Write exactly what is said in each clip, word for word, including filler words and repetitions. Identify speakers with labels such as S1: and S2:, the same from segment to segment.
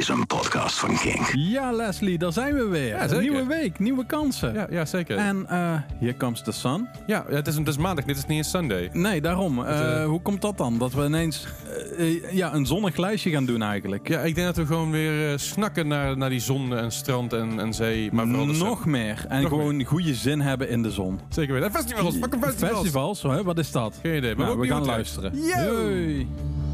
S1: is een podcast van Kink.
S2: Ja, Leslie, daar zijn we weer.
S3: Ja,
S2: een nieuwe week, nieuwe kansen.
S3: Ja, ja zeker.
S2: En uh, here comes the sun.
S3: Ja, het is, het is maandag, dit is niet een Sunday.
S2: Nee, daarom. Uh, uh, hoe komt dat dan? Dat we ineens uh, uh, ja, een zonnig lijstje gaan doen eigenlijk.
S3: Ja, ik denk dat we gewoon weer uh, snakken naar, naar die zon en strand en, en zee. Maar vooral de
S2: Nog
S3: zon.
S2: meer. En
S3: Nog
S2: gewoon
S3: meer.
S2: goede zin hebben in de zon.
S3: Zeker weten. En festivals, fucking festivals.
S2: Festivals, hè? Wat is dat?
S3: Geen idee, maar
S2: nou,
S3: ook
S2: we gaan
S3: nieuwe
S2: luisteren.
S3: Yo!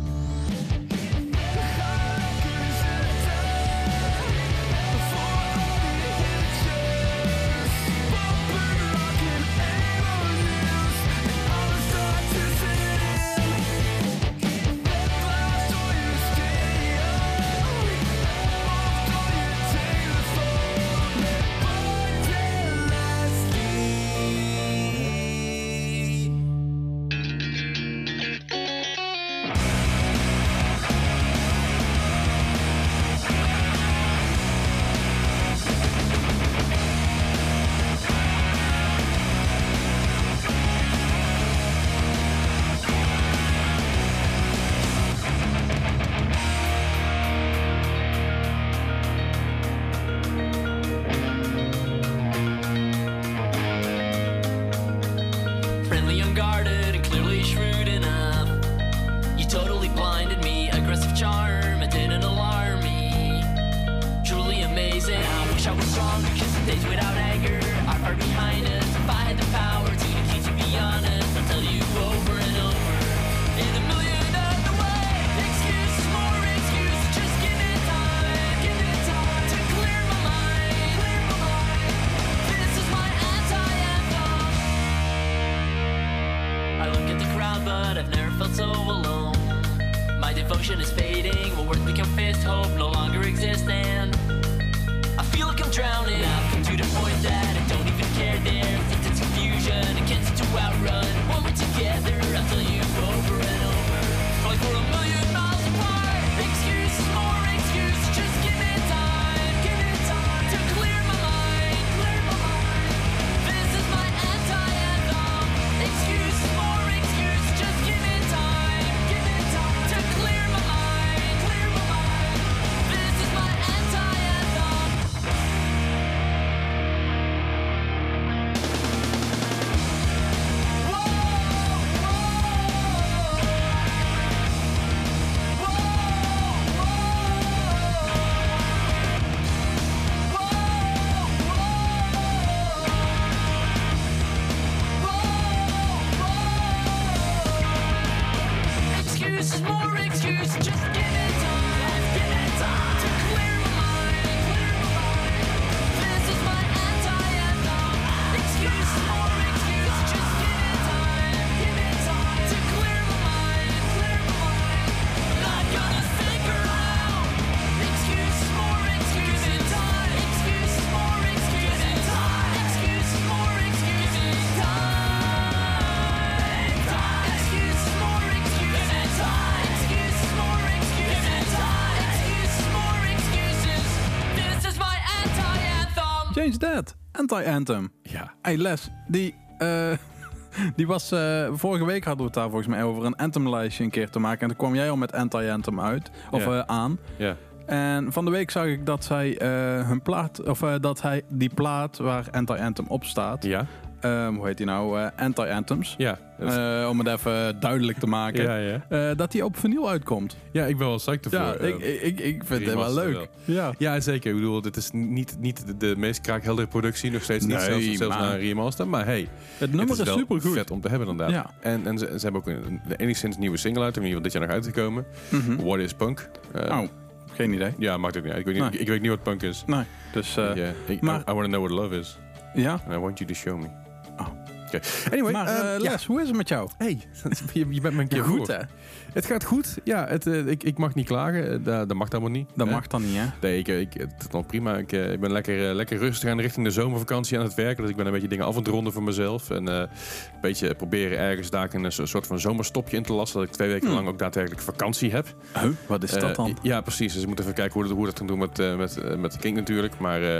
S2: Change That, Anti-Anthem.
S3: Ja.
S2: Hey Les, die, uh, die was... Uh, vorige week hadden we het daar volgens mij over een Anthem-lijstje een keer te maken. En toen kwam jij al met Anti-Anthem uit. Of
S3: ja.
S2: uh, aan.
S3: Ja.
S2: En van de week zag ik dat zij uh, hun plaat... Of uh, dat hij die plaat waar Anti-Anthem op staat...
S3: Ja.
S2: Um, hoe heet die nou? Uh, Anti-Anthems.
S3: Ja.
S2: Uh, om het even duidelijk te maken.
S3: Ja, ja.
S2: Uh, dat die op vinyl uitkomt.
S3: Ja, ik ben wel psyched ervoor.
S2: Ja, ik, ik, ik, ik vind het wel leuk. Wel.
S3: Ja. ja, zeker. Ik bedoel, dit is niet, niet de, de meest kraakheldere productie. Nog steeds niet
S2: nee,
S3: zelfs, zelfs
S2: maar...
S3: naar een remaster. Maar hey,
S2: het nummer
S3: het is,
S2: is super goed.
S3: Vet om te hebben inderdaad.
S2: Ja.
S3: En, en ze, ze hebben ook een, een enigszins nieuwe single uit. In ieder geval dit jaar nog uitgekomen.
S2: Mm-hmm.
S3: What is Punk? Uh,
S2: oh, geen idee.
S3: Ja, maakt ook niet uit. Ik weet, niet, nee. ik, ik weet niet wat punk is.
S2: Nee. Dus, uh,
S3: yeah. ik,
S2: maar...
S3: I, I want to know what love is.
S2: Ja?
S3: And I want you to show me.
S2: Oh.
S3: Okay. Anyway,
S2: maar uh, Les, ja. hoe is het met jou?
S3: Hey, je, je bent me een keer
S2: goed,
S3: voor.
S2: hè?
S3: Het gaat goed. Ja, het, uh, ik, ik mag niet klagen. Dat, dat mag allemaal niet.
S2: Dat
S3: hè?
S2: mag dan niet, hè?
S3: Nee, ik, ik, het is nog prima. Ik, uh, ik ben lekker, uh, lekker rustig aan richting de zomervakantie aan het werken. Dus ik ben een beetje dingen af aan het ronden voor mezelf. En uh, een beetje proberen ergens daar een soort van zomerstopje in te lassen. Dat ik twee weken hmm. lang ook daadwerkelijk vakantie heb.
S2: Huh? Wat is dat dan?
S3: Uh, ja, precies. Dus ik moet even kijken hoe, dat, hoe dat gaan doen met, uh, met, uh, met Kink natuurlijk. Maar... Uh,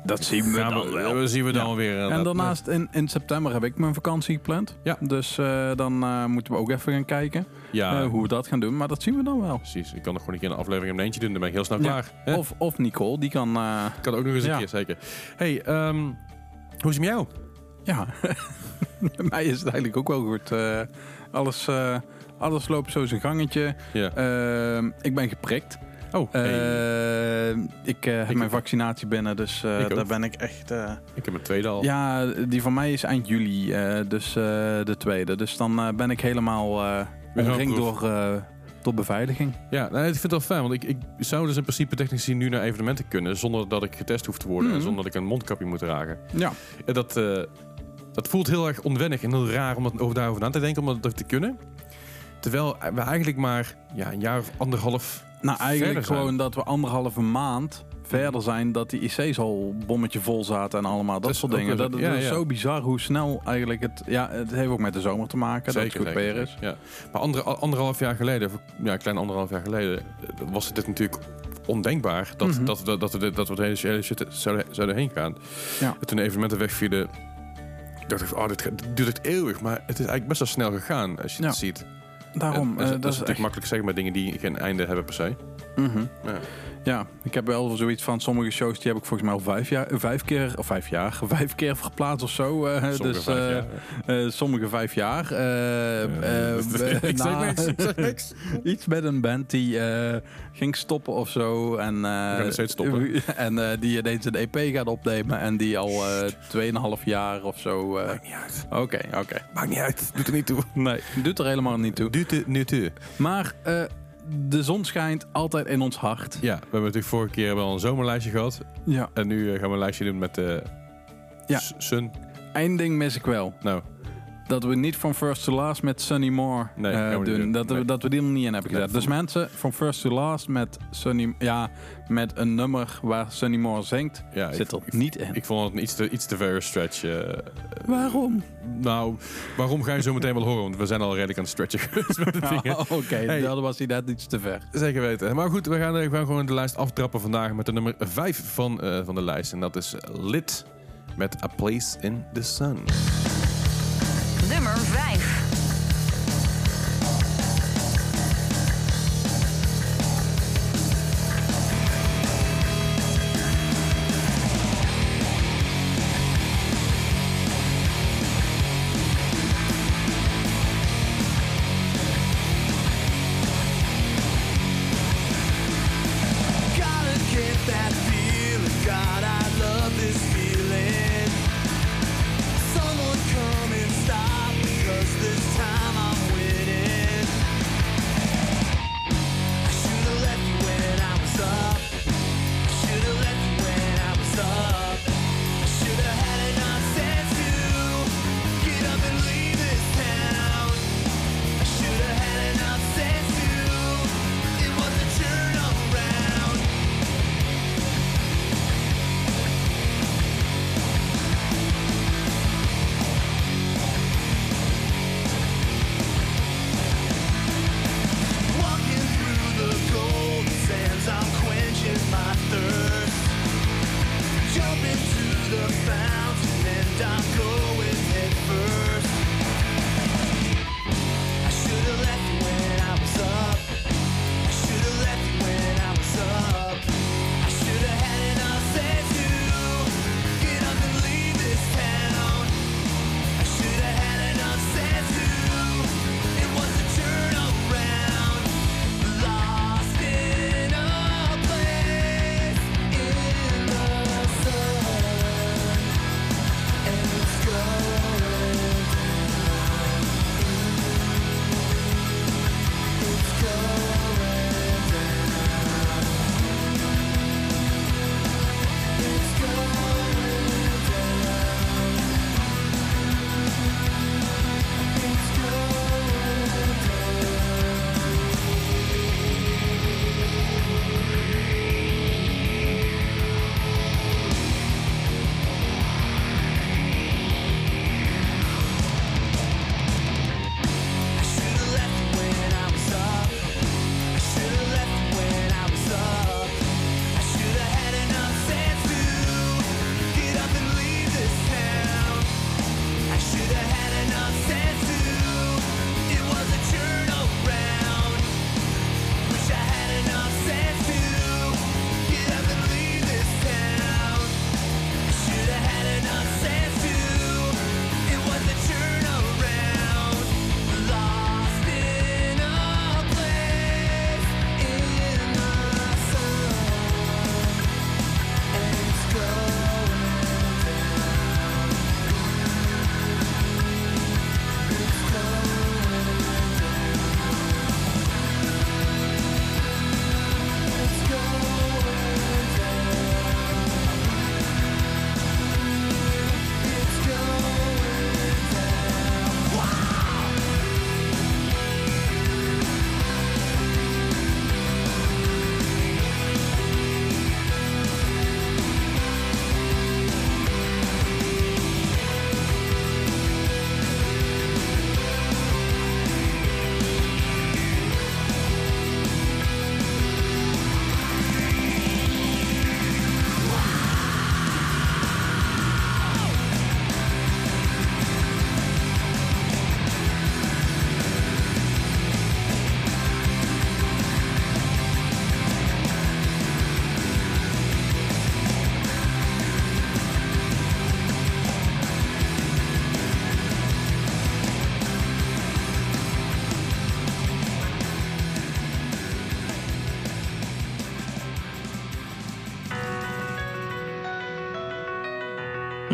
S2: Dat zien we
S3: Gaan
S2: dan
S3: we,
S2: wel.
S3: dat zien we dan
S2: Ja.
S3: weer.
S2: En daarnaast in, in september heb ik mijn vakantie gepland.
S3: Ja.
S2: Dus uh, dan uh, moeten we ook even gaan kijken
S3: ja.
S2: uh, hoe we dat gaan doen. Maar dat zien we dan wel.
S3: Precies. Ik kan nog gewoon een keer een aflevering in mijn eentje doen. Dan ben ik heel snel klaar.
S2: Ja. Of, of Nicole, die kan... Uh,
S3: kan ook nog eens een
S2: ja.
S3: keer, zeker. Hey, um, hoe is het met jou?
S2: Ja, bij mij is het eigenlijk ook wel goed. Uh, alles, uh, alles loopt zo zijn gangetje.
S3: Yeah.
S2: Uh, ik ben geprikt.
S3: Oh, hey.
S2: uh, ik uh, heb
S3: ik
S2: mijn vaccinatie binnen, dus uh, daar ben ik echt... Uh,
S3: ik heb mijn tweede al.
S2: Ja, die van mij is eind juli, uh, dus uh, de tweede. Dus dan uh, ben ik helemaal uh, omringd door, uh, door beveiliging.
S3: Ja, nou, ik vind het wel fijn, want ik, ik zou dus in principe technisch gezien nu naar evenementen kunnen, zonder dat ik getest hoef te worden mm. en zonder dat ik een mondkapje moet dragen.
S2: Ja.
S3: En dat, uh, dat voelt heel erg onwennig en heel raar om dat, over daarover na te denken, om dat te kunnen. Terwijl we eigenlijk maar ja, een jaar of anderhalf...
S2: Nou, eigenlijk gewoon dat we anderhalve maand verder zijn, dat die I C's al bommetje vol zaten en allemaal dat, dat soort dingen. Dat, dat ja, is ja. zo bizar hoe snel eigenlijk het... Ja, het heeft ook met de zomer te maken, zeker, dat het goed weer is.
S3: Ja. Maar ander, anderhalf jaar geleden, ja, een klein anderhalf jaar geleden, was het dit natuurlijk ondenkbaar dat, mm-hmm. dat, dat, dat, we, dat we het hele shit zouden, zouden heen gaan.
S2: Ja.
S3: Toen de evenementen wegvielen, dacht ik, oh, dit, dit duurt echt eeuwig. Maar het is eigenlijk best wel snel gegaan als je ja. het ziet.
S2: Daarom.
S3: En, uh, dat, dat is natuurlijk echt
S2: makkelijk
S3: zeggen met dingen die geen einde hebben per se.
S2: Mm-hmm. Ja. Ja, ik heb wel zoiets van sommige shows die heb ik volgens mij al vijf jaar, vijf keer of vijf jaar, vijf keer verplaatst of zo. Uh, sommige dus vijf jaar, uh, uh, sommige vijf jaar. Uh, uh, uh,
S3: ik zeg
S2: na,
S3: niks, ik zeg niks.
S2: Iets met een band die uh, ging stoppen of zo en uh,
S3: we gaan nog steeds stoppen.
S2: En uh, die ineens een E P gaat opnemen en die al uh, tweeënhalf jaar of zo. Uh,
S3: Maakt niet uit.
S2: Oké, okay, oké. Okay.
S3: Maakt niet uit. Doet er niet toe.
S2: Nee, doet er helemaal niet toe.
S3: Doet er niet toe.
S2: Maar uh, de zon schijnt altijd in ons hart.
S3: Ja, we hebben natuurlijk vorige keer wel een zomerlijstje gehad.
S2: Ja.
S3: En nu uh, gaan we een lijstje doen met de uh,
S2: ja.
S3: sun.
S2: Eén ding mis ik wel.
S3: Nou.
S2: Dat we niet van First to Last met Sunny Moore
S3: nee,
S2: uh, doen. doen. Dat,
S3: nee.
S2: we, dat we die er niet in hebben gezet.
S3: Nee,
S2: dus mensen, van First to Last met Sunny... Ja, met een nummer waar Sunny Moore zingt,
S3: ja,
S2: zit er
S3: ik,
S2: niet in.
S3: Ik, ik vond het een iets te, iets te ver stretch. Uh,
S2: waarom?
S3: Nou, waarom ga je zo meteen wel horen? Want we zijn al redelijk aan het stretchen geweest met de dingen.
S2: Oh, Oké, okay. hey. Dat was hij net iets te ver.
S3: Zeker weten. Maar goed, we gaan, we gaan gewoon de lijst aftrappen vandaag met de nummer vijf van, uh, van de lijst. En dat is Lit met A Place in the Sun.
S1: Nummer vijf.
S4: Someone come and stop, 'cause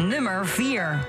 S1: Nummer vier.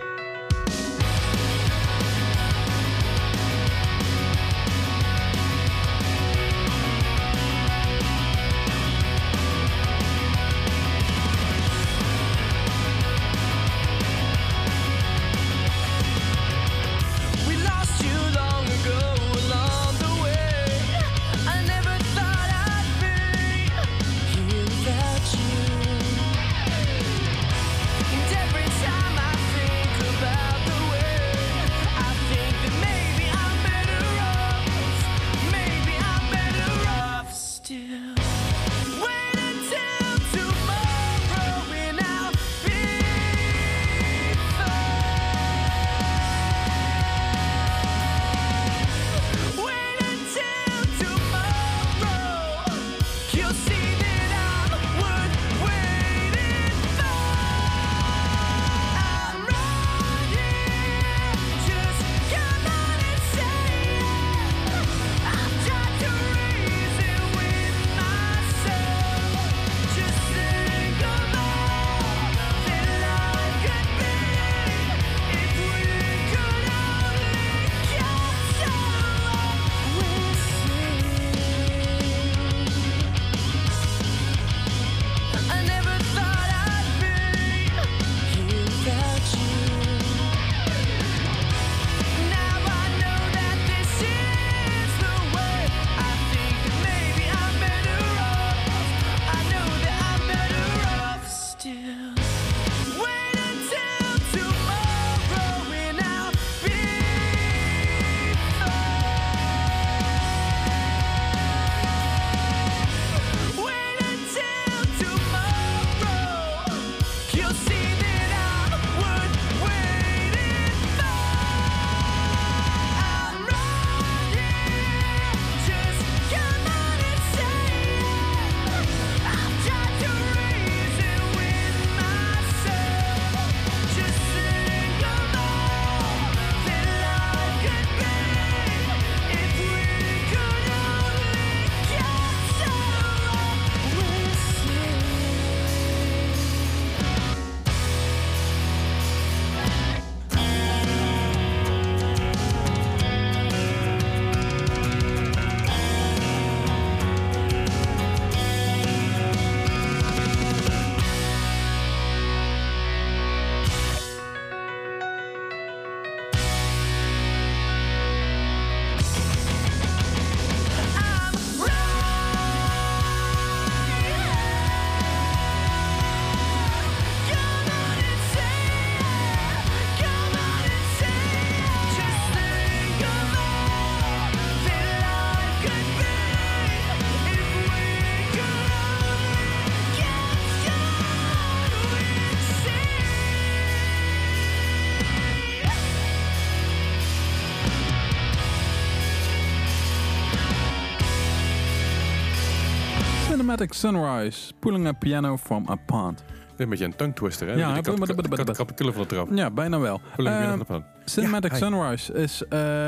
S2: Cinematic Sunrise, Pulling a Piano from a Pond.
S3: Een beetje een tongue twister, hè?
S2: Ja,
S3: ik had de kapitullen van de trap.
S2: Ja, bijna wel. Uh, Cinematic ja, Sunrise is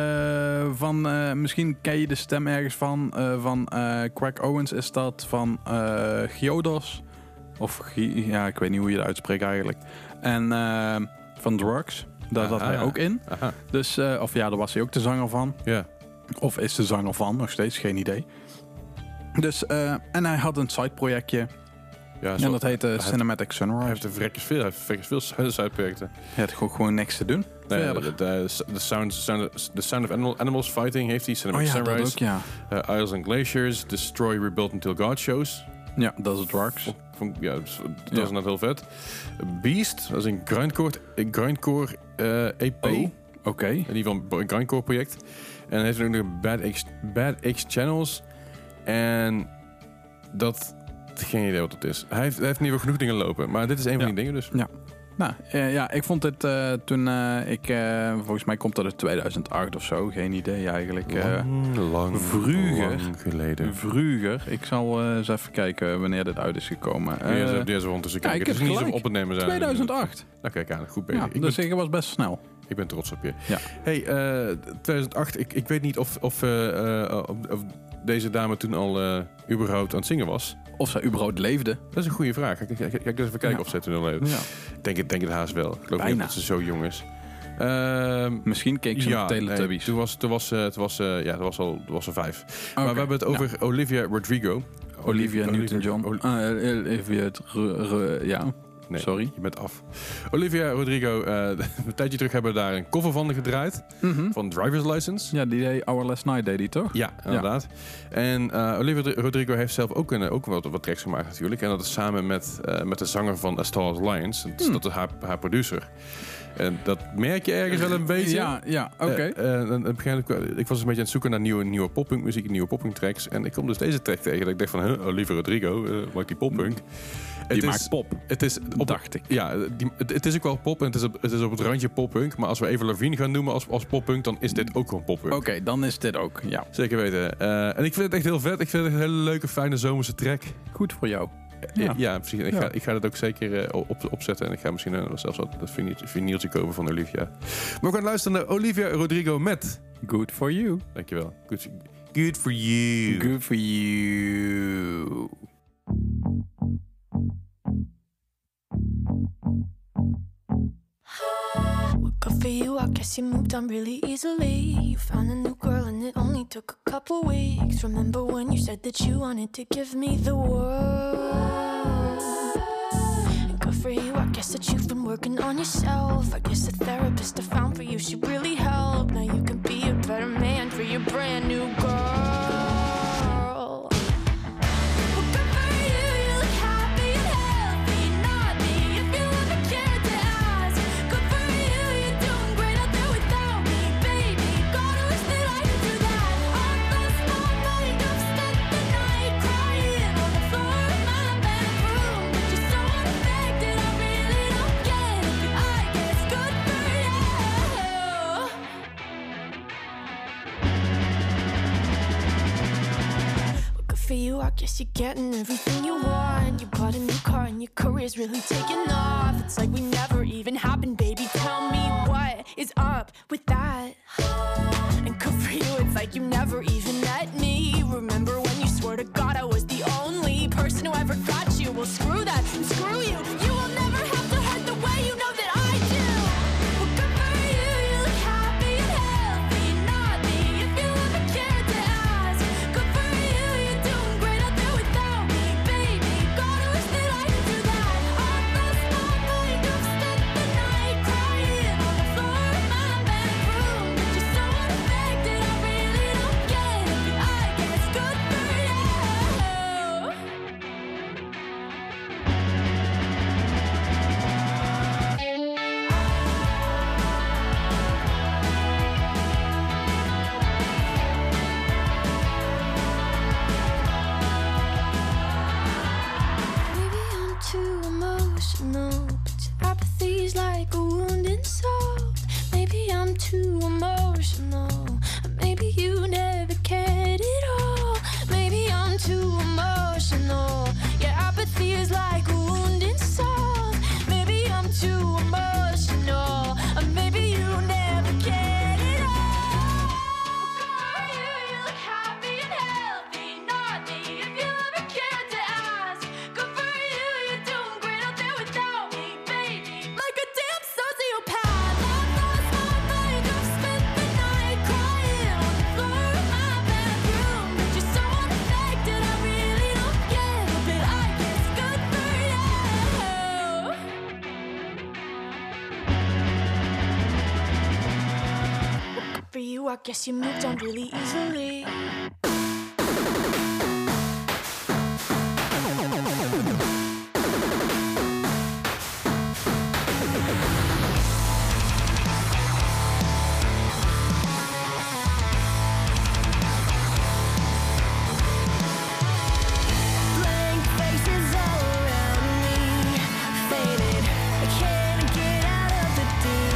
S2: uh, van... Uh, misschien ken je de stem ergens van. Uh, van uh, Craig Owens is dat. Van uh, Giodos. Of... Ja, ik weet niet hoe je het uitspreekt eigenlijk. En uh, van Drugs. Daar zat hij ook in. Aha. Dus, uh, of ja, daar was hij ook de zanger van.
S3: Ja.
S2: Of is de zanger van, nog steeds, geen idee. Dus, uh, en hij had een sideprojectje. Ja, en dat heette uh, Cinematic Sunrise.
S3: Hij heeft er veel, hij heeft veel sideprojecten.
S2: Hij had gewoon, gewoon niks te doen.
S3: Nee, de, de, de, sound, sound, the Sound of Animal, Animals Fighting heeft hij. Cinematic
S2: oh, ja,
S3: Sunrise.
S2: Ook, ja.
S3: uh, Isles and Glaciers. Destroy, Rebuild Until God Shows.
S2: Ja, dat is Drugs.
S3: Ja, dat ja. was net heel vet. Beast, dat is een grindcore, een grindcore uh, E P. Oh,
S2: oké. Okay.
S3: In ieder geval een grindcore project. En hij heeft ook nog Bad X, Bad X Channels. En dat... Geen idee wat het is. Hij heeft, hij heeft in ieder geval genoeg dingen lopen. Maar dit is een van
S2: ja.
S3: die dingen dus.
S2: Ja. Nou, uh, ja, ik vond het uh, toen uh, ik... Uh, volgens mij komt dat uit tweeduizend acht of zo. Geen idee eigenlijk. Uh,
S3: lang, lang,
S2: vroeger,
S3: lang geleden.
S2: Vroeger. Ik zal uh, eens even kijken wanneer dit uit is gekomen. Uh,
S3: ja, die is ondertussen kijken.
S2: Ja,
S3: het is niet zo op het nemen zijn.
S2: tweeduizend acht.
S3: Nou kijk aan, goed bezig.
S2: Ja, ik dus ben, ik was best snel.
S3: Ik ben trots op je.
S2: Ja.
S3: Hey, uh, tweeduizend acht. Ik, ik weet niet of... of, uh, uh, of, of deze dame toen al uh, überhaupt aan het zingen was.
S2: Of zij überhaupt leefde.
S3: Dat is een goede vraag. Kijk, kijk, kijk eens even kijken ja. of zij toen al leefde. Ja. Denk, het, denk het haast wel. Ik geloof Bijna. niet dat ze zo jong is. Uh,
S2: Misschien keek ze ja, op Teletubbies.
S3: Nee, toen was, toen was, uh, toen was, uh, ja, toen was al, toen was ze vijf. Okay. Maar we hebben het over ja. Olivia Rodrigo.
S2: Olivia, Olivia Newton-John. Ol- uh, Olivia, ja...
S3: Nee,
S2: sorry.
S3: Je bent af. Olivia Rodrigo, uh, een tijdje terug hebben we daar een cover van gedraaid. Mm-hmm. Van Driver's License.
S2: Ja, die deed Our Last Night, deed die toch?
S3: Ja, inderdaad. Ja. En uh, Olivia Rodrigo heeft zelf ook, een, ook wat, wat tracks gemaakt natuurlijk. En dat is samen met, uh, met de zanger van A Star Is Alliance. Dat, mm. dat is haar, haar producer. En dat merk je ergens wel een beetje.
S2: Ja, ja, oké. Okay.
S3: Uh, uh, ik was een beetje aan het zoeken naar nieuwe, nieuwe poppunk muziek, nieuwe poppunk tracks. En ik kom dus deze track tegen. Dat ik dacht van, huh, Olivia Rodrigo, uh, maakt die poppunk.
S2: Die
S3: het
S2: maakt
S3: is,
S2: pop,
S3: het is op, dacht ik. Ja, die, het, het is ook wel pop en het is op het, is op het randje poppunk. Maar als we even Lavigne gaan noemen als, als poppunk, dan is dit ook gewoon poppunk.
S2: Oké, okay, dan is dit ook, ja.
S3: Zeker weten. Uh, en ik vind het echt heel vet. Ik vind het een hele leuke, fijne zomerse track.
S2: Goed voor jou.
S3: Ja, ja precies. Ik, ja. Ga, ik ga het ook zeker uh, op, opzetten. En ik ga misschien uh, zelfs dat vinyltje kopen van Olivia. Maar we gaan luisteren naar Olivia Rodrigo met...
S2: Good for you.
S3: Dankjewel. Good, good for you.
S2: Good for you.
S4: Good for you, I guess you moved on really easily. You found a new girl and it only took a couple weeks. Remember when you said that you wanted to give me the world? And good for you, I guess that you've been working on yourself. I guess the therapist I found for you should really help. Now you can be a better man for your brand new girl. For you, I guess you're getting everything you want. You bought a new car and your career's really taking off. It's like we never even happened, baby. Tell me what is up with that. And good for you, it's like you never even met me. Remember when you swore to God I was the only person who ever got you? Well, screw that and screw you. You will never have to hurt the way you know that I do. Well, good for you, you look happy and healthy. Not me, if you ever cared to ask. Good for you. Too emotional. Maybe you never cared at all. Maybe I'm too emotional. Yeah, apathy is like a wound inside. Maybe I'm too emotional. Maybe you never cared at all. You, you look happy and healthy. Not me, if you ever cared to ask. Good for you, you're doing great out there without me, baby. Like a damn sociopath. For you, I guess you moved on really easily.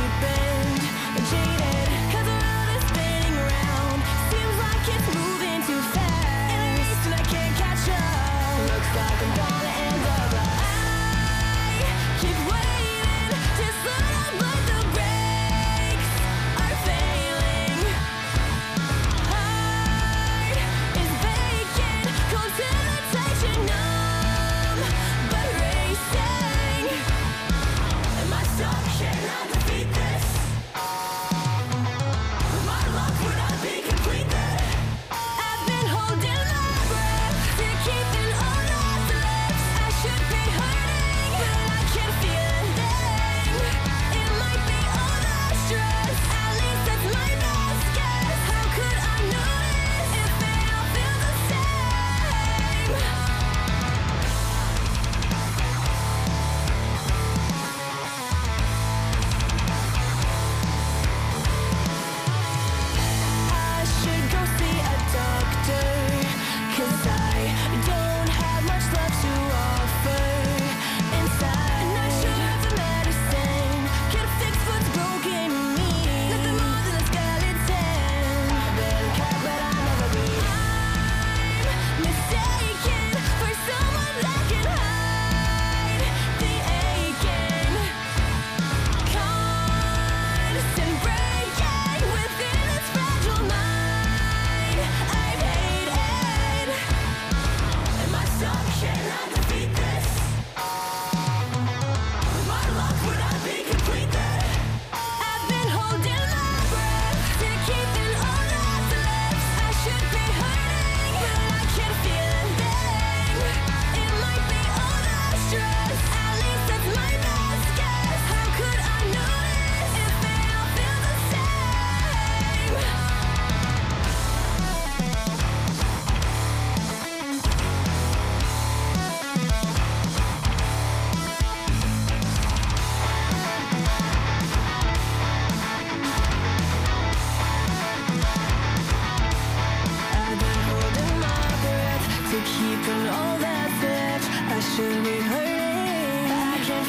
S4: Jaded, 'cause the world is spinning around. Seems like it's moving too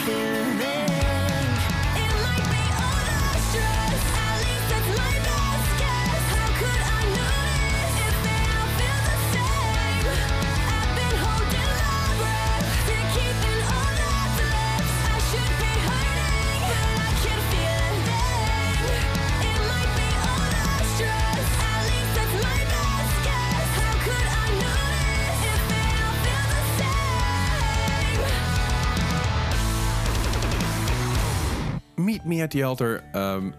S4: feeling. It might be all the stress, at least that's my best guess. How could I notice if they all feel the same? I've been holding my breath to keeping all that's left. I should be hurting, but I can feel a thing. It might be all the stress, at least that's my best guess. How could I notice if they all feel the same?
S3: Meet Me at the Altar. Um,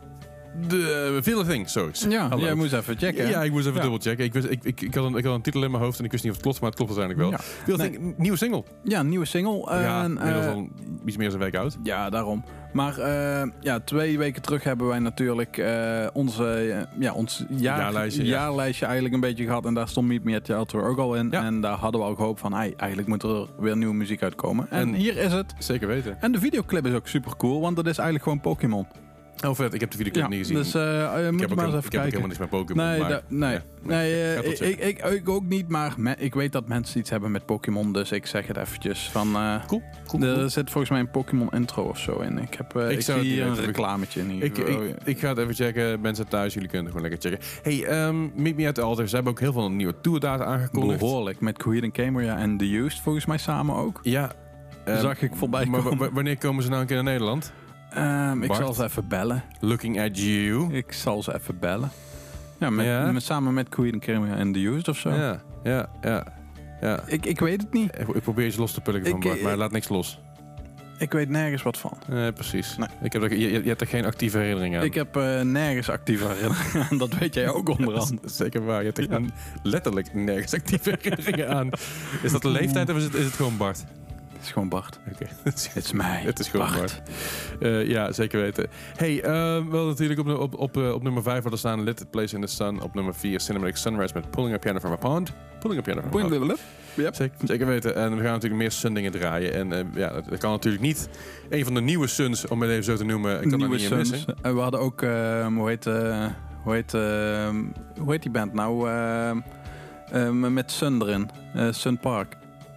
S3: de Feel a Thing, zoiets.
S2: Ja,
S3: Hallo.
S2: jij moest even checken.
S3: Ja, ik moest even
S2: Ja.
S3: dubbel checken. Ik, wist, ik, ik, ik, had een, ik had een titel in mijn hoofd en ik wist niet of het klopt, maar het klopt uiteindelijk wel.
S2: Ja.
S3: Feel a
S2: Nee.
S3: Thing, nieuwe single.
S2: Ja, een nieuwe single.
S3: ja,
S2: En,
S3: inmiddels
S2: eh,
S3: al iets meer dan een week oud.
S2: Ja, daarom. Maar uh, ja, twee weken terug hebben wij natuurlijk uh, onze, uh, ja, ons jaar,
S3: Jaarlijstje, ja.
S2: jaarlijstje eigenlijk een beetje gehad. En daar stond Meet Me at the Altar ook al in.
S3: Ja.
S2: En daar hadden we ook hoop van, hey, eigenlijk moet er weer nieuwe muziek uitkomen. En,
S3: En-
S2: hier is het.
S3: Zeker weten.
S2: En de videoclip is ook super cool, want dat is eigenlijk gewoon Pokémon.
S3: Oh vet, ik heb de videoclip
S2: Ja,
S3: niet gezien.
S2: dus uh, je
S3: ik
S2: moet
S3: heb ook,
S2: maar
S3: heel-
S2: eens
S3: ik
S2: even
S3: heb ook
S2: kijken.
S3: helemaal niks met Pokémon.
S2: Nee,
S3: maar,
S2: da- nee,
S3: ja,
S2: nee,
S3: ga
S2: eh,
S3: tot
S2: ik, ik, ik ook niet, maar me- ik weet dat mensen iets hebben met Pokémon, dus ik zeg het eventjes. Van, uh,
S3: Cool, cool,
S2: er
S3: cool.
S2: zit volgens mij een Pokémon intro of zo in. Ik, heb, uh,
S3: Ik
S2: ik,
S3: zou
S2: zie
S3: het
S2: hier
S3: niet
S2: een
S3: weten.
S2: reclametje in.
S3: Ik, ik, ik ga het even checken. Mensen thuis, jullie kunnen gewoon lekker checken. Hey, um, Meet Me at the Altar. Ze hebben ook heel veel nieuwe tourdata aangekondigd.
S2: Behoorlijk, met Coheed en Cambria en The Used volgens mij samen ook.
S3: Ja. Um,
S2: Zag ik voorbij
S3: maar
S2: komen.
S3: w- wanneer komen ze nou een keer naar Nederland?
S2: Um, ik
S3: Bart?
S2: zal ze even bellen.
S3: Looking at you.
S2: Ik zal ze even bellen. Ja, met,
S3: Ja?
S2: met, samen met Coheed en Cambria en The Used of zo.
S3: Ja, ja, ja. ja.
S2: Ik, ik weet het niet.
S3: Ik, ik probeer je los te pulken van
S2: Ik-
S3: Bart, maar
S2: ik-
S3: laat niks los.
S2: Ik weet nergens wat van.
S3: Nee, precies.
S2: Nee.
S3: Ik heb er, je, je hebt er geen actieve herinnering aan.
S2: Ik heb uh, nergens actieve herinneringen aan. Dat weet jij ook onder andere.
S3: Dat is zeker waar. Je hebt er geen- letterlijk nergens actieve herinneringen aan. Is dat de leeftijd of is het, is het gewoon Bart?
S2: Het is gewoon Bart.
S3: Oké.
S2: Het is mij.
S3: Het is gewoon
S2: Bart.
S3: Bart. Uh, ja, zeker weten. Hey, uh, wel natuurlijk op, op, op, uh, op nummer vijf hadden staan Lit It Place in the Sun. Op nummer vier Cinematic Sunrise met Pulling a Piano from a Pond. Pulling a Piano from a Pond.
S2: Yep.
S3: Zeker, zeker weten. En we gaan natuurlijk meer Sun dingen draaien. En uh, ja, dat, dat kan natuurlijk niet. Een van de nieuwe Suns, om het even zo te noemen. Ik kan dat
S2: Nieuwe
S3: niet in
S2: Suns.
S3: missen.
S2: En we hadden ook, uh, hoe heet, uh, hoe heet, uh, hoe heet die band nou? Uh, uh, met Sun erin. Uh, Sun Park.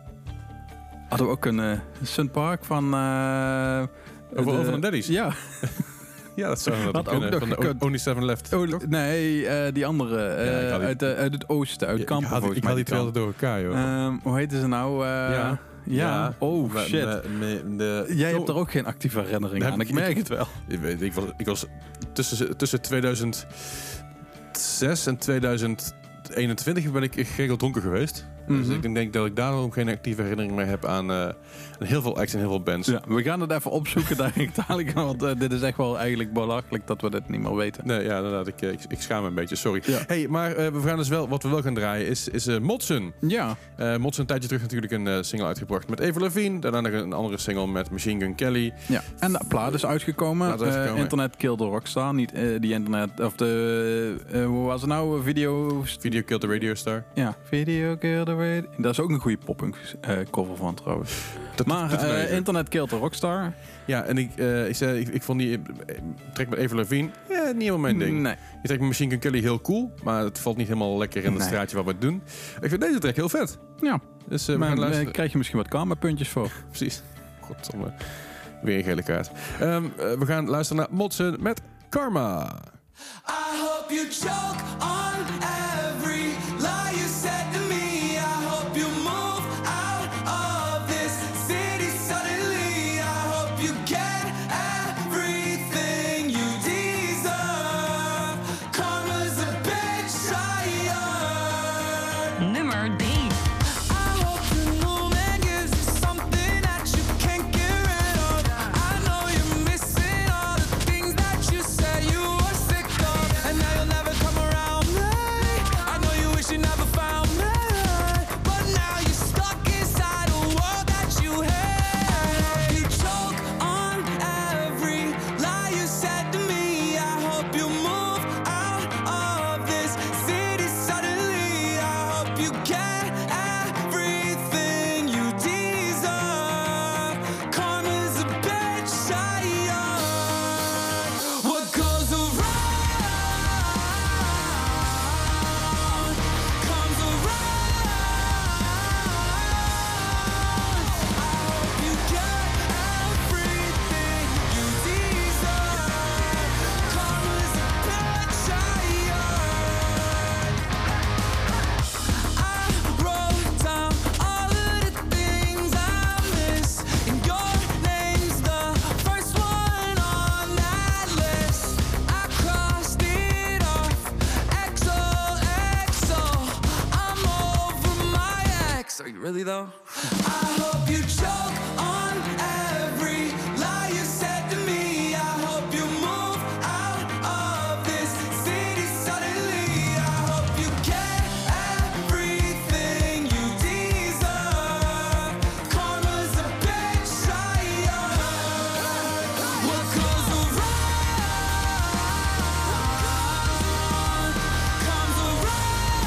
S2: Hadden we ook een uh, Sun Park van... Uh,
S3: Over, over de Daddies?
S2: Ja.
S3: Ja, dat zou dat
S2: Had ook
S3: kunnen.
S2: nog
S3: Van de
S2: gekund.
S3: O- Only Seven Left.
S2: Oh,
S3: toch?
S2: nee, uh, die andere. Uh,
S3: Ja, ik had die-
S2: uit, uh, uit het oosten, uit
S3: Ja,
S2: Kampen
S3: ik had,
S2: volgens
S3: ik
S2: mij.
S3: had die twee altijd door elkaar, joh.
S2: Um, hoe heette ze nou? Uh,
S3: Ja.
S2: ja. Oh,
S3: Maar-
S2: shit.
S3: maar- maar de-
S2: Jij
S3: zo-
S2: hebt er ook geen actieve herinnering
S3: Daar
S2: aan.
S3: heb
S2: Ik
S3: ik-
S2: merk het wel.
S3: Ik, weet, ik was, ik was tussen, tussen tweeduizend zes en tweeduizend eenentwintig ben ik geregeld dronken geweest. Dus
S2: Mhm.
S3: ik denk dat ik daarom geen actieve herinnering meer heb aan, uh, aan heel veel acts en heel veel bands.
S2: Ja, we gaan het even opzoeken dadelijk, want uh, dit is echt wel eigenlijk belachelijk dat we dit niet meer weten.
S3: Nee, ja, inderdaad. Ik, ik, ik schaam me een beetje, sorry.
S2: Ja.
S3: Hey, maar uh, we gaan dus wel, wat we wel gaan draaien is, is uh, Modsun.
S2: Ja,
S3: Uh, Modsun een tijdje terug natuurlijk een uh, single uitgebracht met Avril Lavigne. Daarna nog een andere single met Machine Gun Kelly.
S2: ja. En de plaat is uitgekomen.
S3: Plaat is uitgekomen.
S2: Uh, internet killed the rockstar. Niet uh, die internet, of de, uh, hoe was het nou? Video...
S3: Video Killed the Radio Star.
S2: Ja, Video killed the radio. Dat is ook een goede poppunk uh, cover van trouwens.
S3: Dat
S2: Maar
S3: doet het
S2: uh,
S3: even.
S2: internet killed the rockstar.
S3: Ja, en ik, uh, ik, zei, ik, ik vond die uh, track met Avril Lavigne ja, niet helemaal mijn ding.
S2: Nee.
S3: Die track met Machine Gun Kelly heel cool, maar het valt niet helemaal lekker in het
S2: Nee.
S3: straatje wat we het doen. Ik vind deze track heel vet.
S2: Ja,
S3: Dus uh, we
S2: maar
S3: gaan
S2: daar
S3: luisteren.
S2: krijg je misschien wat karma-puntjes voor.
S3: Precies. Godsamme. Weer een gele kaart. Um, uh, we gaan luisteren naar Modsun met Karma.
S5: I hope you choke on every lie you said to me. I hope you move out of this city suddenly. I hope you get everything you deserve. Karma's a bitch, I yearn.
S1: Nummer drie.
S5: I hope the new man gives you something that you can't get rid of. I know you're missing all the things that you said you were sick of, and now you'll never come around me. I movie though? I hope you choke on every lie you said to me. I hope you move out of this city suddenly. I hope you get everything you deserve. Karma's a bitch, I yearn. What goes around comes around.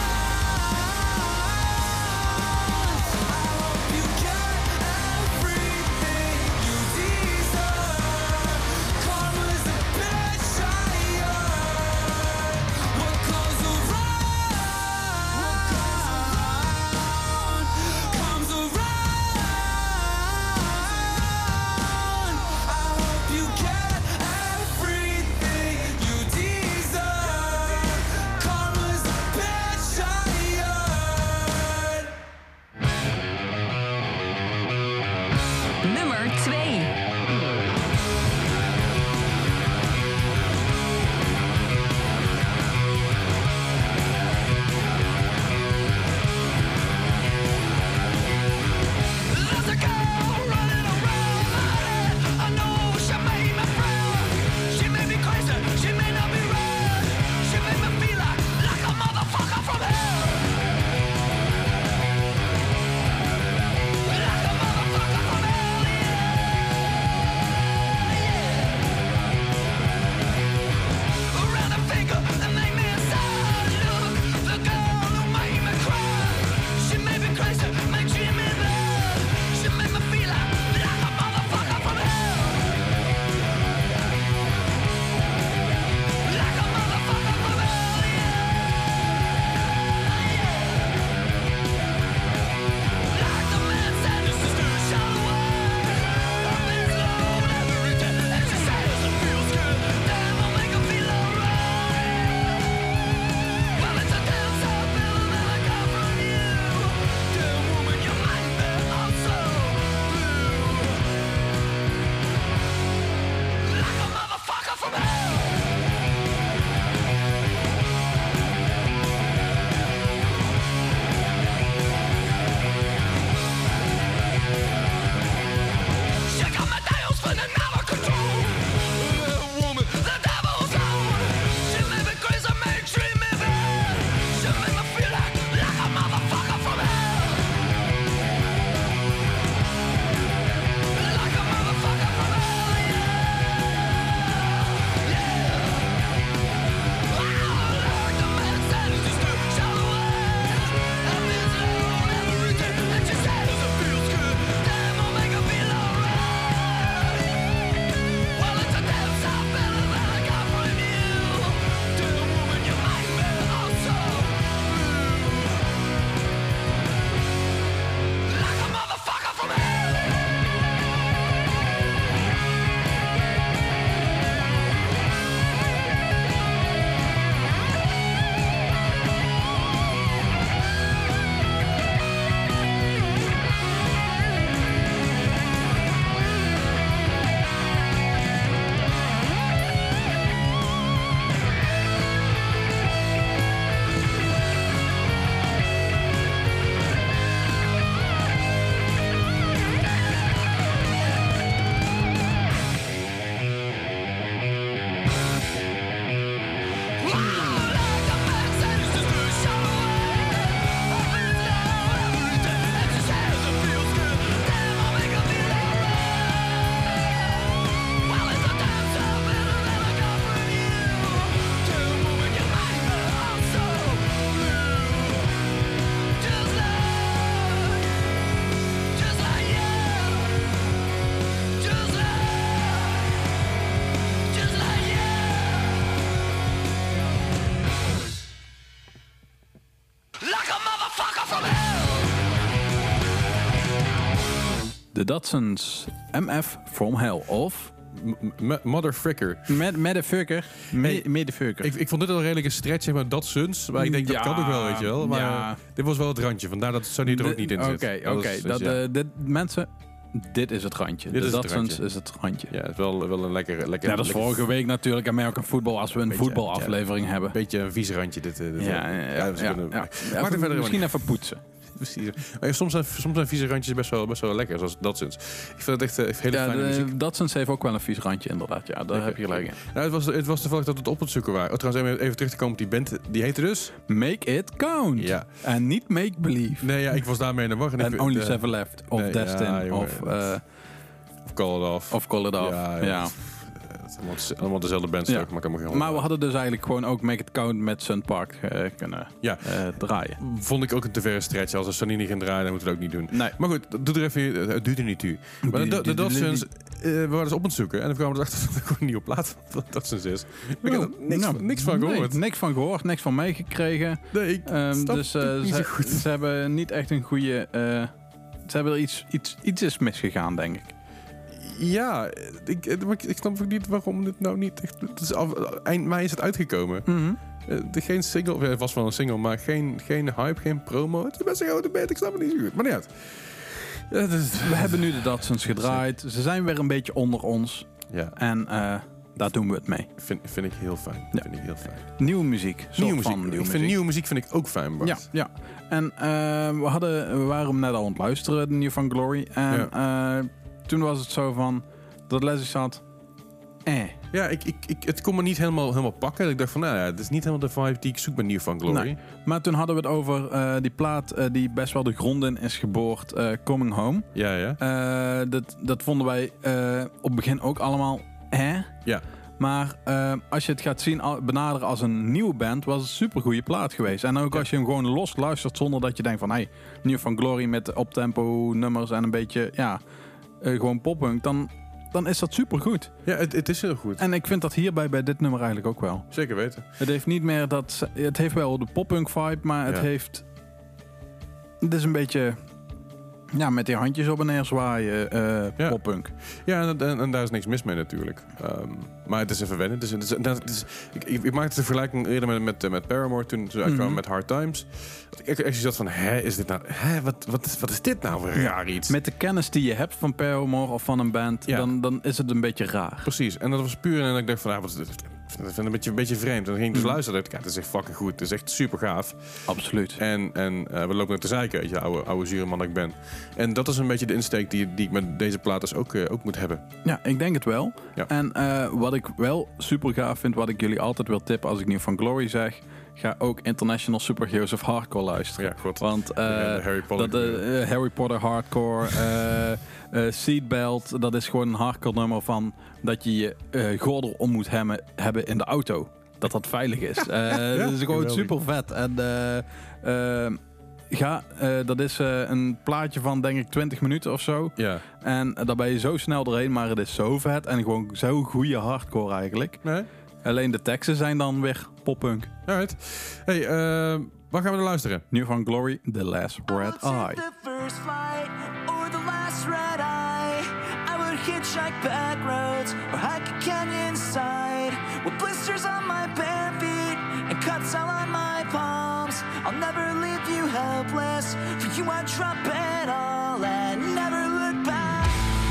S5: I hope you get everything you deserve. Karma's a bitch, I yearn. What goes around comes around. I hope you get everything you deserve. Karma's a bitch, I yearn.
S1: Nummer twee.
S5: There's a girl running around my head. I know she made me frown. She made me crazy. She made me red. She made me feel like, like a motherfucker from hell. Like a motherfucker from hell, yeah. Around the finger that made me sad. Look, the girl who made me cry. She made me crazy, made she me bad. She made me feel like, like a motherfucker from hell. Like a motherfucker from hell, yeah. Like the man said, this is the shallow way. I've been alone every day. And she says it feels good. Damn, I'll make her feel alright. Well, it's a damn sad feeling that I got from you. Damn woman, you make me also blue. Like a motherfucker from hell. She got my dials spinning out of control. That woman, the devil's own. She made me crazy, made treat me bad. She made me feel like, like a motherfucker from hell. Like a motherfucker from hell, yeah. Yeah. Wow, like the man said, it's just a shallow way. I've been alone every day. And she says it feels good. Damn, I'll make her feel alright. Well, it's a damn sad feeling that I got from you. Damn woman, you make me also blue. Like a motherfucker from hell.
S2: The Datsuns, M F From Hell of...
S3: M- m- Motherfucker.
S2: Met, motherfucker.
S3: Hey,
S2: Motherfucker.
S3: Ik, ik vond dit al een redelijke stretch, zeg maar, dat Suns. Maar ik denk, dat
S2: Ja,
S3: kan ook wel, weet je wel. Maar
S2: ja.
S3: dit was wel het randje. Vandaar dat Sony er ook niet in zit.
S2: Oké,
S3: Dat
S2: oké.
S3: is-
S2: Dat,
S3: dus ja.
S2: eh, dit- Mensen, dit is het randje.
S3: Dit
S2: De
S3: is het
S2: Datsuns
S3: randje.
S2: is het randje.
S3: Ja, het is wel, wel een lekker... lekker
S2: Ja, dat is
S3: lekker
S2: vorige week natuurlijk American Football als we een
S3: Beetje,
S2: voetbalaflevering hebben.
S3: Beetje een vies randje dit. eh, dit
S2: Ja, ja, ja,
S3: ja, dus we
S2: ja,
S3: kunnen-
S2: ja.
S3: Maakt
S2: Even-
S3: er verder
S2: misschien
S3: niet.
S2: even poetsen.
S3: precies. Maar soms, zijn, soms zijn vieze randjes best wel, best wel lekker, zoals Datsuns. Ik vind het echt uh, hele
S2: ja,
S3: fijne muziek.
S2: Datsuns heeft ook wel een vies randje, inderdaad. Ja, daar okay, heb je gelijk in.
S3: Nou, het, was, het was toevallig dat we het op het zoeken waren. Oh, trouwens, even, even terug te komen op die band. Die heette dus...
S2: Make It Count. Ja. En niet Make Believe.
S3: Nee, ja, ik was daarmee in de wacht.
S2: En Only Seven Left. Of nee, Destin. Ja, jongen, of, uh,
S3: of Call It Off.
S2: Of Call It Off, ja. ja. ja.
S3: Allemaal, allemaal dezelfde bands, ja. maar, maar,
S2: maar we hadden dus eigenlijk gewoon ook Make It Count met Sun Park uh, kunnen ja. uh, draaien.
S3: Vond ik ook een te verre stretch. Als we Sony niet gaan draaien, dan moeten we het ook niet doen.
S2: Nee.
S3: Maar goed, doe er even, het duurt er niet toe. Maar de, de, de Datsuns, uh, we waren dus op het zoeken en dan kwamen we erachter dat er gewoon een nieuwe plaat van Datsuns is. Ik heb er niks, nou, van, niks van gehoord.
S2: Nee, niks van gehoord, niks van meegekregen.
S3: Nee, ik um,
S2: dus uh,
S3: niet
S2: ze,
S3: zo goed.
S2: Ze hebben niet echt een goede... Uh, ze hebben er iets, iets, iets is misgegaan, denk ik.
S3: Ja, ik, ik, ik snap ook niet waarom dit nou niet echt... Het is af, eind mei is het uitgekomen.
S2: Mm-hmm.
S3: Uh, geen single, het was wel een single, maar geen, geen hype, geen promo. Het is best een grote band, ik snap het niet zo goed. Maar niet uit.
S2: Ja, dus, we hebben nu de Datsuns gedraaid. Ze zijn weer een beetje onder ons.
S3: Ja.
S2: En uh, daar doen we het mee.
S3: Vind, vind ik heel fijn.
S2: Ja.
S3: Vind ik heel fijn.
S2: Nieuwe muziek.
S3: Nieuwe muziek.
S2: Nieuwe
S3: ik
S2: muziek.
S3: vind nieuwe muziek vind ik ook fijn, Bart.
S2: Ja, ja. En uh, we, hadden, we waren hem net al aan het luisteren, de New Found Glory. En ja. uh, toen was het zo van... dat Leslie zat... Eh.
S3: Ja, ik, ik, ik, het kon me niet helemaal, helemaal pakken. Ik dacht van, nou ja, het is niet helemaal de vibe die ik zoek bij New Found Glory.
S2: Nee. Maar toen hadden we het over uh, die plaat uh, die best wel de grond in is geboord. Uh, Coming Home.
S3: Ja, ja.
S2: Uh, dat, dat vonden wij uh, op het begin ook allemaal eh.
S3: Ja.
S2: Maar uh, als je het gaat zien, benaderen als een nieuwe band, was het een supergoeie plaat geweest. En ook ja. als je hem gewoon los luistert zonder dat je denkt van, hey, New Found Glory met optempo nummers en een beetje, ja, uh, gewoon poppunk, dan... dan is dat supergoed.
S3: Ja, het, het is heel goed.
S2: En ik vind dat hierbij bij dit nummer eigenlijk ook wel.
S3: Zeker weten.
S2: Het heeft niet meer dat... Het heeft wel de poppunk vibe, maar het ja. heeft... Het is een beetje... Ja, met die handjes op en neer zwaaien, uh, ja. poppunk.
S3: Ja, en, en, en daar is niks mis mee natuurlijk. Um, maar het is even wennen. Het is, het is, het is, ik, ik, ik maakte de vergelijking eerder met, met, met Paramore toen ze uitkwamen mm-hmm. met Hard Times. Ik echt zat van, hè, is dit nou... Hè, wat, wat, is, wat is dit nou voor raar iets?
S2: Met de kennis die je hebt van Paramore of van een band, ja. dan, dan is het een beetje raar.
S3: Precies. En dat was puur en ik dacht van, ah, wat is dit? Ik vind het een beetje, een beetje vreemd. En dan ging ik dus mm. luisteren. Ja, het is echt fucking goed. Het is echt super gaaf.
S2: Absoluut.
S3: En, en uh, we lopen naar te zeiken, weet je, oude, oude zure man dat ik ben. En dat is een beetje de insteek die, die ik met deze plaat dus ook, uh, ook moet hebben.
S2: Ja, ik denk het wel.
S3: Ja.
S2: En uh, wat ik wel super gaaf vind, wat ik jullie altijd wil tippen als ik New Found Glory zeg, ga ook International Superheroes of Hardcore luisteren.
S3: Ja, goed.
S2: Want uh, ja,
S3: Harry Potter,
S2: dat, uh, Harry Potter Hardcore, uh, uh, Seatbelt, dat is gewoon een hardcore nummer van dat je je uh, gordel om moet hebben, hebben in de auto. Dat dat veilig is. Uh, ja, dat is gewoon super vet. En uh, uh, ga, uh, dat is uh, een plaatje van denk ik twintig minuten of zo.
S3: Ja.
S2: En uh, daar ben je zo snel doorheen, maar het is zo vet en gewoon zo goede hardcore eigenlijk.
S3: Nee.
S2: Alleen de teksten zijn dan weer poppunk.
S3: Alright. Hey, uh, waar gaan we naar luisteren?
S2: New Found Glory, The Last Red Eye.
S5: The first flight or the last red eye. I would hitchhike back roads or hike a canyon side with blisters on my bare feet and cuts all on my palms. I'll never leave you helpless. For you I'd drop it all and never look back.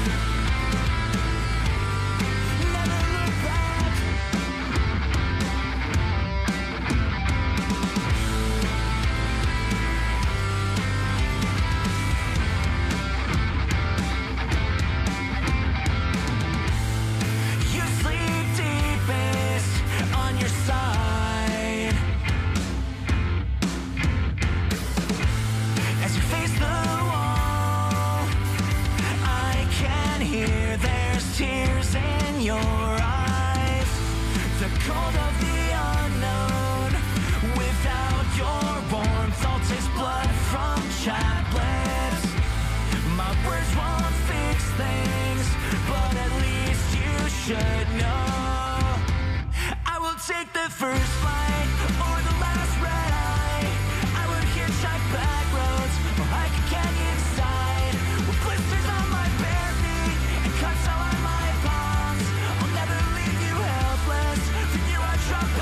S5: Tears in your eyes, the cold of the unknown. Without your warmth, I'll taste blood from chapped lips. My words won't fix things, but at least you should know. I will take the first flight or the last red eye. I would hitchhike back roads or hike a canyon side with blisters on my bare feet and cuts all on my palms. I'll never leave you helpless. For you I drop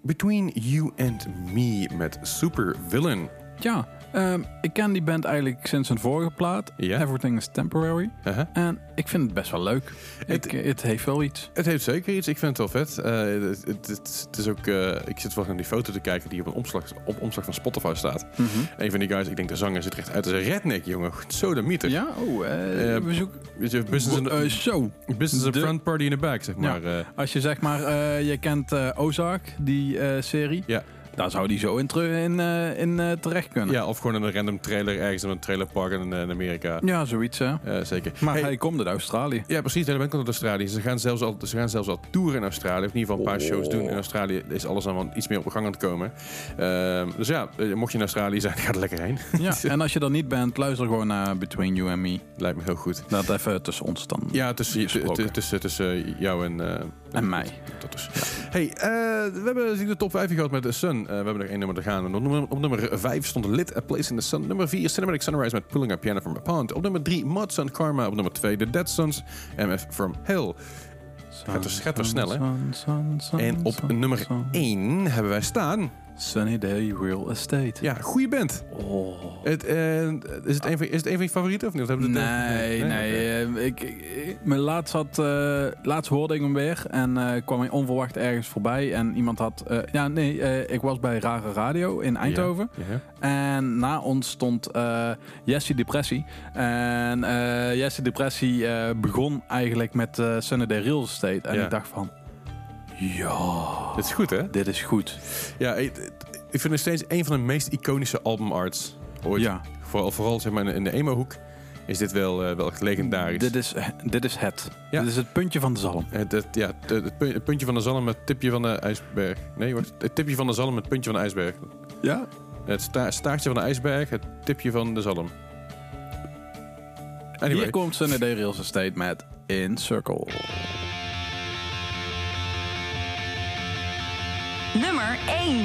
S3: Between You and Me met Supervillain.
S2: Ja, um, ik ken die band eigenlijk sinds een vorige plaat.
S3: Ja.
S2: Everything is Temporary.
S3: Uh-huh.
S2: En ik vind het best wel leuk.
S3: Het,
S2: ik, het heeft wel iets.
S3: Het heeft zeker iets. Ik vind het wel vet. Uh, het, het, het, het is ook, uh, ik zit wel naar die foto te kijken die op een omslag, op omslag van Spotify staat.
S2: Mm-hmm.
S3: Een van die guys, ik denk de zanger zit er echt uit als een redneck, jongen. Zo de mieter.
S2: Ja, oh, uh, uh, we zoeken...
S3: Business, in,
S2: uh, zo.
S3: business in
S2: de...
S3: front, party in the back, zeg maar.
S2: Ja.
S3: Uh,
S2: Als je zeg maar, uh, je kent uh, Ozark, die uh, serie.
S3: Ja.
S2: Daar zou die zo in, ter- in, uh, in uh, terecht kunnen.
S3: Ja, of gewoon in een random trailer ergens in een trailerpark in, in Amerika.
S2: Ja, zoiets, hè.
S3: Uh, zeker.
S2: Maar
S3: hey,
S2: hij komt uit Australië.
S3: Ja, precies. De hele band komt uit Australië. Ze gaan zelfs al, ze gaan zelfs al toeren in Australië. Of in ieder geval een paar
S2: Oh.
S3: shows doen. In Australië is alles allemaal iets meer op gang aan het komen. Uh, dus ja, mocht je in Australië zijn, ga er lekker heen.
S2: Ja, en als je er niet bent, luister gewoon naar Between You and Me.
S3: Lijkt me heel goed.
S2: Dat even tussen ons dan.
S3: Ja, tussen, tussen, tussen, tussen jou en... Uh,
S2: en mij.
S3: Dat is. Hey, uh, we hebben de top vijf gehad met The Sun. Uh, we hebben nog één nummer te gaan. Op nummer, op nummer vijf stond Lit, A Place in the Sun. Nummer vier, Cinematic Sunrise met Pulling a Piano from a Pond. Op nummer drie, Mod Sun Karma. Op nummer twee, The Dead Sons, M F from Hell. Gaat er, gaat er snel, hè?
S2: Sun, sun, sun,
S3: En op
S2: sun,
S3: nummer
S2: sun.
S3: één hebben wij staan...
S2: Sunnydale Real Estate.
S3: Ja, goede band.
S2: Oh.
S3: Het, uh, is, het een van, is het een van je favorieten of niet? Of hebben we het-
S2: Nee, nee.
S3: Oké.
S2: eh, ik, ik, mijn laatst, had, uh, laatst hoorde ik hem weer en uh, kwam hij onverwacht ergens voorbij. En iemand had... Uh, ja, nee, uh, ik was bij Rare Radio in Eindhoven.
S3: Ja, ja.
S2: En na ons stond uh, Jessie Depressie. En uh, Jessie Depressie uh, begon eigenlijk met uh, Sunnydale Real Estate. En
S3: Ja.
S2: ik dacht van... Ja,
S3: Dit is goed, hè?
S2: dit is goed.
S3: Ja, ik, ik vind het steeds een van de meest iconische albumarts ooit.
S2: Ja.
S3: Vooral, vooral zeg maar, in de emo-hoek is dit wel, uh, wel echt legendarisch.
S2: Dit is, dit is het.
S3: Ja.
S2: Dit is het puntje van de zalm.
S3: Het, het, ja, het, het punt- het puntje van de zalm met het tipje van de ijsberg. Nee, wacht. Het tipje van de zalm met het puntje van de ijsberg.
S2: Ja?
S3: Het sta- staartje van de ijsberg, het tipje van de zalm. Anyway.
S2: Hier komt Sunnydale Real Estate met In Circle.
S1: Nummer één.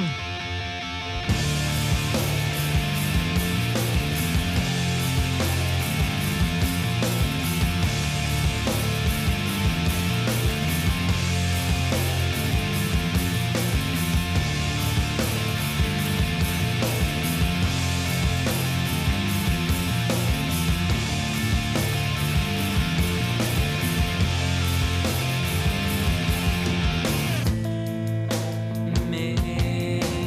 S5: Maybe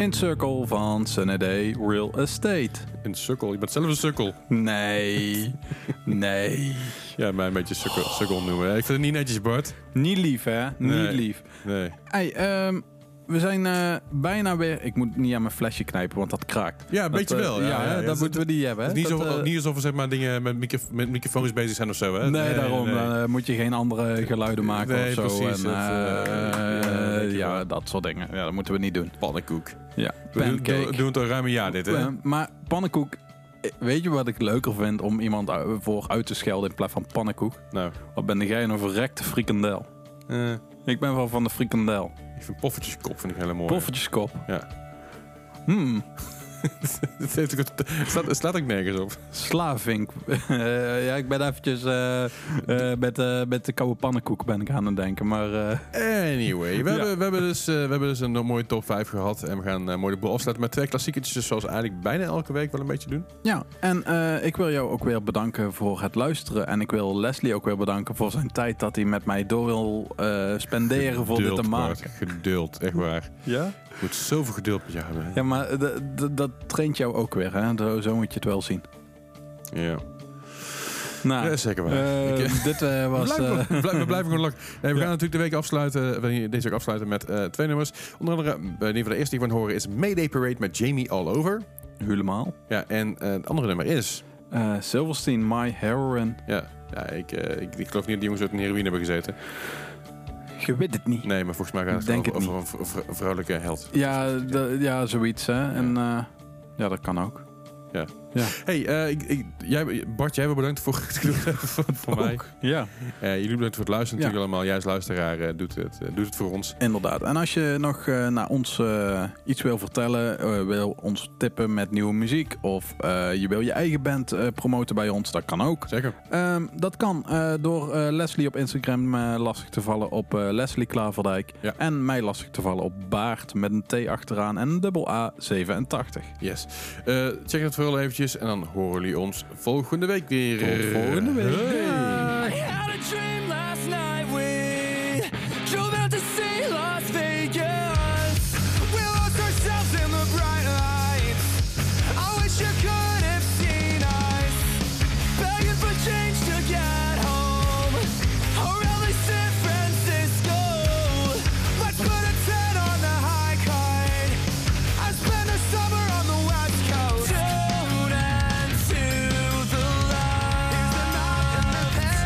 S2: In Circle van Sunny Day Real Estate.
S3: Een sukkel. Je bent zelf een sukkel.
S2: Nee. Nee.
S3: Ja, mij een beetje sukkel, sukkel noemen. Ik vind het niet netjes, Bart.
S2: Niet lief, hè?
S3: Nee.
S2: Niet lief.
S3: Nee.
S2: Hey, um, we zijn uh, bijna weer... Ik moet niet aan mijn flesje knijpen, want dat kraakt.
S3: Ja, een
S2: dat,
S3: beetje
S2: uh,
S3: wel.
S2: Ja,
S3: Ja,
S2: ja,
S3: ja,
S2: dat
S3: ja,
S2: moeten
S3: dat,
S2: we niet hebben.
S3: Het
S2: Hè?
S3: is niet,
S2: dat,
S3: zo,
S2: uh,
S3: niet alsof we zeg maar, dingen met, micro, met microfoons bezig zijn of zo. Hè?
S2: Nee, nee, daarom.
S3: nee.
S2: Dan uh, moet je geen andere geluiden maken
S3: Nee,
S2: of zo.
S3: precies,
S2: En, uh,
S3: of, uh,
S2: uh,
S3: ja,
S2: ja, dat soort dingen. Ja, dat moeten we niet doen.
S3: Pannenkoek.
S2: Ja,
S3: We doen,
S2: pancake.
S3: doen, doen het al ruim een jaar dit, hè?
S2: Uh, maar pannenkoek... Weet je wat ik leuker vind om iemand voor uit te schelden in plaats van pannenkoek?
S3: Nou.
S2: Wat ben jij een verrekte frikandel?
S3: Uh,
S2: Ik ben wel van de frikandel.
S3: ik vind poffertjeskop vind ik heel mooi.
S2: Poffertjeskop.
S3: Ja.
S2: Hmm.
S3: Het heeft ook- het slaat, het slaat ook nergens op.
S2: Slavink. Uh, ja, ik ben eventjes uh, uh, met, uh, met de koude pannenkoek ben ik aan het denken. Maar uh,
S3: Anyway, we,
S2: Ja.
S3: hebben, we, hebben dus, uh, we hebben dus een mooie top vijf gehad. En we gaan uh, mooi de boel afsluiten met twee klassieketjes. Zoals we eigenlijk bijna elke week wel een beetje doen.
S2: ja, en uh, ik wil jou ook weer bedanken voor het luisteren. En ik wil Leslie ook weer bedanken voor zijn tijd dat hij met mij door wil uh, spenderen voor dit te maken.
S3: Bart, geduld, echt waar.
S2: Ja?
S3: Ik moet zoveel geduld met jou hebben.
S2: Ja, maar d- d- dat traint jou ook weer, hè? Zo, zo moet je het wel zien.
S3: Ja,
S2: Nou,
S3: ja zeker waar.
S2: uh,
S3: Ik-
S2: dit uh,
S3: We
S2: was...
S3: blijven,
S2: uh,
S3: we blijven, we blijven gewoon lang. Nee, we
S2: Ja.
S3: gaan natuurlijk de week afsluiten. We gaan deze week afsluiten met uh, twee nummers. Onder andere, uh, in ieder geval de eerste die we gaan horen is Mayday Parade met Jamie All Over.
S2: helemaal.
S3: Ja, en uh, het andere nummer is...
S2: Uh, Silverstein, My Heroine.
S3: Ja, ja ik, uh, ik, ik geloof niet dat die jongens uit een heroïne hebben gezeten.
S2: Je weet het niet.
S3: Nee, maar volgens mij gaat het
S2: Denk
S3: over,
S2: het
S3: over een vrou- vrou- vrouwelijke held.
S2: Ja, d- ja zoiets, hè. En uh, ja, dat kan ook.
S3: Ja.
S2: Ja.
S3: Hey, uh, ik, ik, jij, Bart, jij wel bedankt voor het voor, voor mij.
S2: Ja.
S3: Uh, jullie bedankt voor het luisteren
S2: Ja.
S3: natuurlijk allemaal. Jij als luisteraar uh, doet, het, uh, doet het voor ons.
S2: Inderdaad. En als je nog uh, naar ons uh, iets wil vertellen, uh, wil ons tippen met nieuwe muziek, of uh, je wil je eigen band uh, promoten bij ons, dat kan ook.
S3: Zeker.
S2: Um, dat kan uh, door uh, Leslie op Instagram uh, lastig te vallen op uh, Leslie Klaverdijk.
S3: Ja.
S2: En mij lastig te vallen op Baart met een T achteraan en een dubbel A zevenentachtig.
S3: Yes. Uh, check het vooral eventjes en dan horen jullie ons volgende week weer.
S2: Tot volgende week.
S3: Hey.
S5: I had a dream last night. We drove out to see Las Vegas. We lost ourselves in the bright lights. I wish you could have seen us begging for change to get home, or at least San Francisco. Let's put a ten on the high kite. I spent the summer on the West Coast. Tune into the light. Here's the knock and the pen.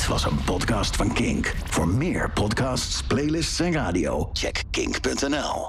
S6: Dit was een podcast van Kink. Voor meer podcasts, playlists en radio, check kink punt n l.